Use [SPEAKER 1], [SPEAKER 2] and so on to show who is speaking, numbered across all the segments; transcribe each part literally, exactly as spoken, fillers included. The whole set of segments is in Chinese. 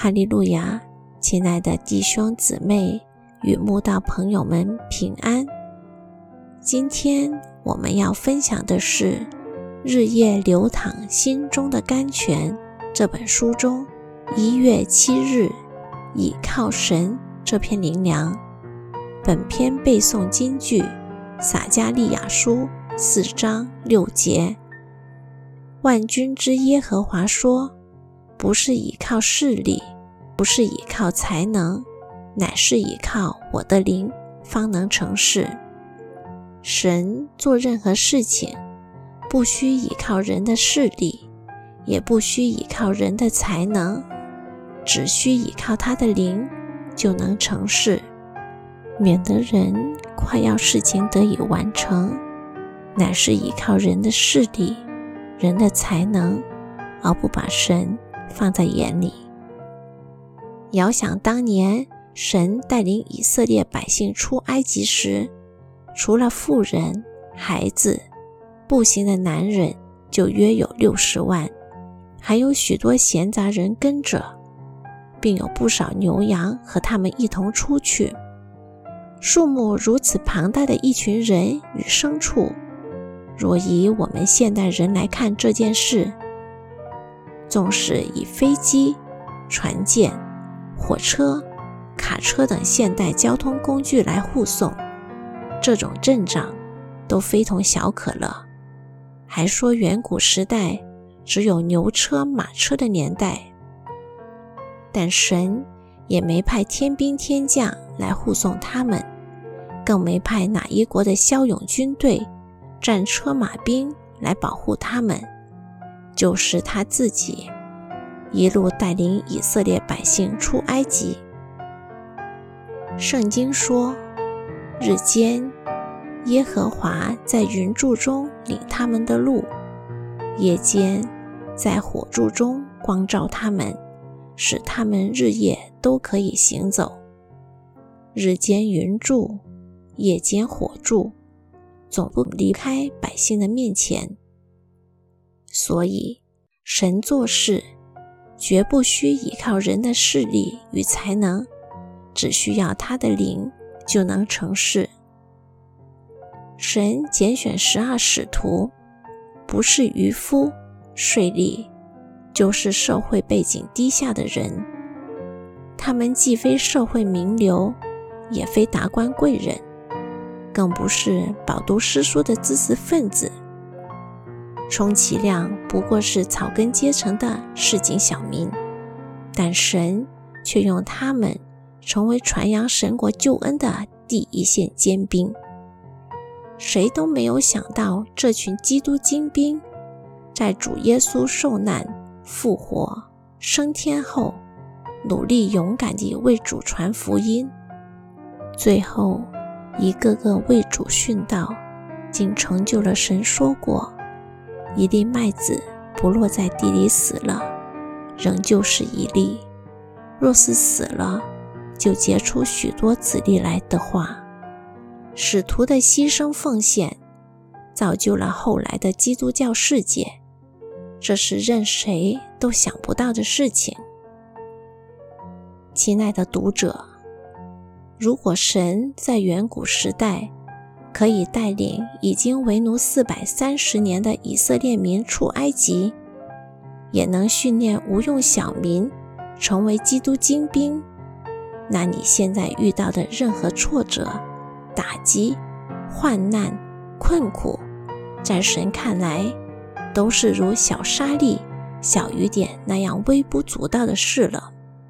[SPEAKER 1] 哈利路亚！亲爱的弟兄姊妹与慕道朋友们平安。今天我们要分享的是《日夜流淌心中的甘泉》这本书中一月七日倚靠神这篇灵粮。本篇背诵金句撒迦利亚书四章六节。万军之耶和华说，不是倚靠势力，不是倚靠才能，乃是倚靠我的灵方能成事。神做任何事情不需倚靠人的势力，也不需倚靠人的才能，只需倚靠他的灵就能成事，免得人快要事情得以完成，乃是倚靠人的势力，人的才能，而不把神放在眼里。遥想当年神带领以色列百姓出埃及时，除了妇人、孩子、步行的男人就约有六十万，还有许多闲杂人跟着，并有不少牛羊和他们一同出去。数目如此庞大的一群人与牲畜，若以我们现代人来看这件事，纵使以飞机、船舰、火车、卡车等现代交通工具来护送，这种阵仗都非同小可了。还说远古时代只有牛车马车的年代，但神也没派天兵天将来护送他们，更没派哪一国的骁勇军队、战车马兵来保护他们，就是他自己一路带领以色列百姓出埃及。圣经说，日间耶和华在云柱中领他们的路，夜间在火柱中光照他们，使他们日夜都可以行走。日间云柱，夜间火柱，总不离开百姓的面前。所以神做事绝不需依靠人的势力与才能，只需要他的灵就能成事。神拣选十二使徒，不是渔夫、税吏，就是社会背景低下的人。他们既非社会名流，也非达官贵人，更不是饱读诗书的知识分子，充其量不过是草根阶层的市井小民，但神却用他们成为传扬神国救恩的第一线尖兵。谁都没有想到，这群基督精兵在主耶稣受难、复活、升天后，努力勇敢地为主传福音，最后一个个为主殉道，竟成就了神说过，一粒麦子不落在地里死了，仍旧是一粒，若是死了，就结出许多子粒来的话。使徒的牺牲奉献造就了后来的基督教世界，这是任谁都想不到的事情。亲爱的读者，如果神在远古时代可以带领已经为奴四百三十年的以色列民出埃及，也能训练无用小民成为基督精兵，那你现在遇到的任何挫折、打击、患难、困苦，在神看来都是如小沙粒、小雨点那样微不足道的事了。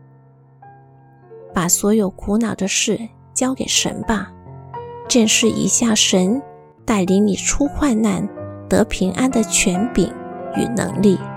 [SPEAKER 1] 把所有苦恼的事交给神吧，见识一下神带领你出患难得平安的权柄与能力。